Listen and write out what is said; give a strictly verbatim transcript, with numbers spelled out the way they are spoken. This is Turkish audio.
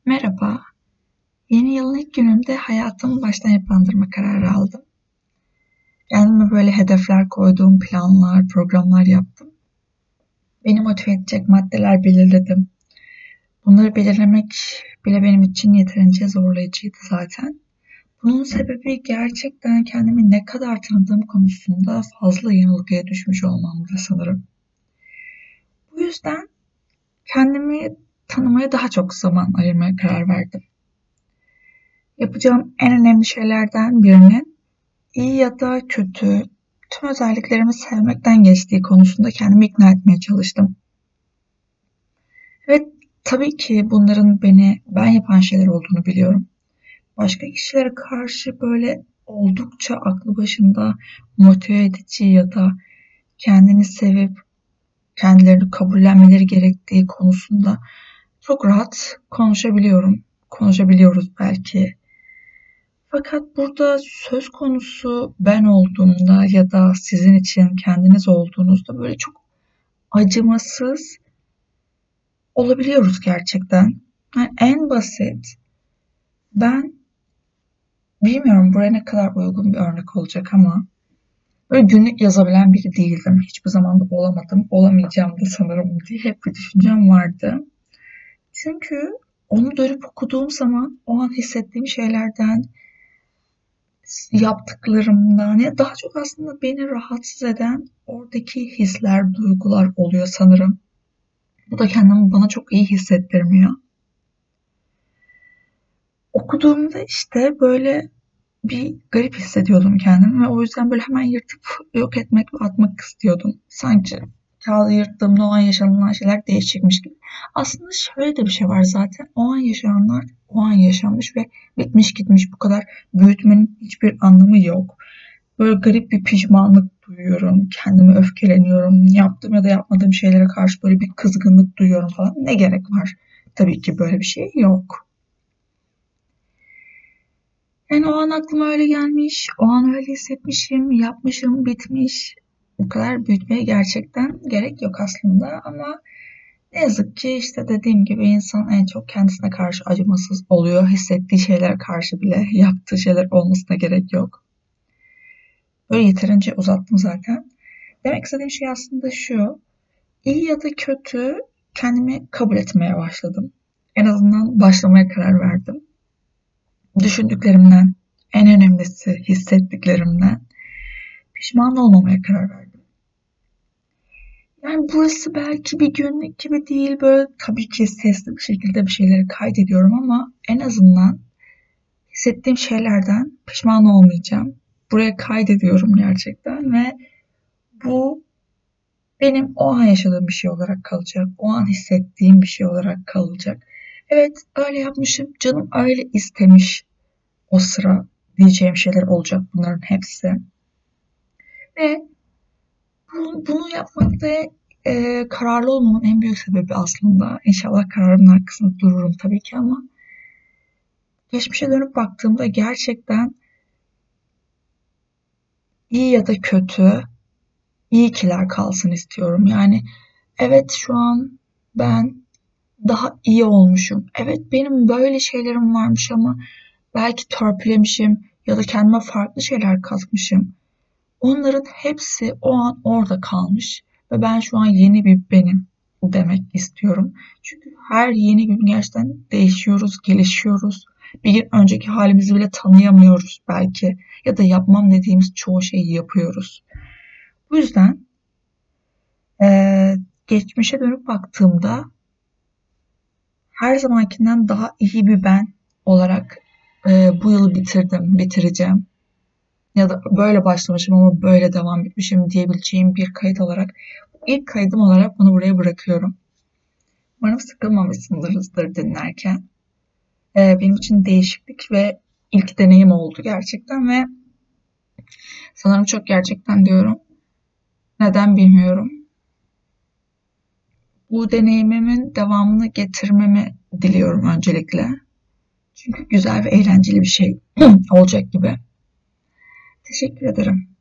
Merhaba, yeni yılın ilk gününde hayatımı baştan yapılandırma kararı aldım. Kendime böyle hedefler koyduğum planlar, programlar yaptım. Beni motive edecek maddeler belirledim. Bunları belirlemek bile benim için yeterince zorlayıcıydı zaten. Bunun sebebi gerçekten kendimi ne kadar tanıdığım konusunda fazla yanılgıya düşmüş olmamdı sanırım. Bu yüzden kendimi tanımaya daha çok zaman ayırmaya karar verdim. Yapacağım en önemli şeylerden birinin İyi ya da kötü, tüm özelliklerimi sevmekten geçtiği konusunda kendimi ikna etmeye çalıştım. Ve tabii ki bunların beni ben yapan şeyler olduğunu biliyorum. Başka kişilere karşı böyle oldukça aklı başında motive edici ya da kendini sevip kendilerini kabullenmeleri gerektiği konusunda çok rahat konuşabiliyorum. Konuşabiliyoruz belki. Fakat burada söz konusu ben olduğumda ya da sizin için kendiniz olduğunuzda böyle çok acımasız olabiliyoruz gerçekten. Yani en basit, ben bilmiyorum buraya ne kadar uygun bir örnek olacak ama böyle günlük yazabilen biri değildim. Hiçbir zaman da olamadım, olamayacağım da sanırım diye hep bir düşüncem vardı. Çünkü onu dönüp okuduğum zaman o an hissettiğim şeylerden, yaptıklarımdan ya daha çok aslında beni rahatsız eden oradaki hisler, duygular oluyor sanırım. Bu da kendimi bana çok iyi hissettirmiyor. Okuduğumda işte böyle bir garip hissediyordum kendimi ve o yüzden böyle hemen yırtıp yok etmek ve atmak istiyordum. Sanki kağıdı yırttığımda o an yaşanılan şeyler değişecekmiş gibi. Aslında şöyle de bir şey var zaten. O an yaşananlar o an yaşanmış ve bitmiş gitmiş. Bu kadar büyütmenin hiçbir anlamı yok. Böyle garip bir pişmanlık duyuyorum. Kendime öfkeleniyorum. Yaptığım ya da yapmadığım şeylere karşı böyle bir kızgınlık duyuyorum falan. Ne gerek var? Tabii ki böyle bir şey yok. Yani o an aklıma öyle gelmiş, o an öyle hissetmişim, yapmışım, bitmiş. Bu kadar büyütmeye gerçekten gerek yok aslında ama ne yazık ki işte dediğim gibi insan en çok kendisine karşı acımasız oluyor. Hissettiği şeylere karşı bile yaptığı şeyler olmasına gerek yok. Böyle yeterince uzattım zaten. Demek istediğim şey aslında şu. İyi ya da kötü kendimi kabul etmeye başladım. En azından başlamaya karar verdim. Düşündüklerimden, en önemlisi hissettiklerimden pişman olmamaya karar verdim. Yani burası belki bir günlük gibi değil, böyle tabii ki sesli bir şekilde bir şeyleri kaydediyorum ama en azından hissettiğim şeylerden pişman olmayacağım. Buraya kaydediyorum gerçekten ve bu benim o an yaşadığım bir şey olarak kalacak. O an hissettiğim bir şey olarak kalacak. Evet, öyle yapmışım. Canım öyle istemiş o sıra diyeceğim şeyler olacak bunların hepsi. Ve bu, bunu yapmakta e, kararlı olmamın en büyük sebebi aslında. İnşallah kararımın arkasında dururum tabii ki ama geçmişe dönüp baktığımda gerçekten iyi ya da kötü iyi kiler kalsın istiyorum. Yani evet şu an ben daha iyi olmuşum. Evet benim böyle şeylerim varmış ama belki törpülemişim ya da kendime farklı şeyler katmışım. Onların hepsi o an orada kalmış ve ben şu an yeni bir benim demek istiyorum. Çünkü her yeni gün gerçekten değişiyoruz, gelişiyoruz. Bir gün önceki halimizi bile tanıyamıyoruz belki ya da yapmam dediğimiz çoğu şeyi yapıyoruz. Bu yüzden eee, geçmişe dönüp baktığımda her zamankinden daha iyi bir ben olarak eee, bu yılı bitirdim, bitireceğim. Ya da böyle başlamışım ama böyle devam etmişim diyebileceğim bir kayıt olarak ilk kaydım olarak bunu buraya bırakıyorum. Umarım sıkılmamışsınızdır dinlerken. Ee, benim için değişiklik ve ilk deneyim oldu gerçekten ve sanırım çok gerçekten diyorum. Neden bilmiyorum. Bu deneyimimin devamını getirmemi diliyorum öncelikle. Çünkü güzel ve eğlenceli bir şey olacak gibi. Teşekkür ederim.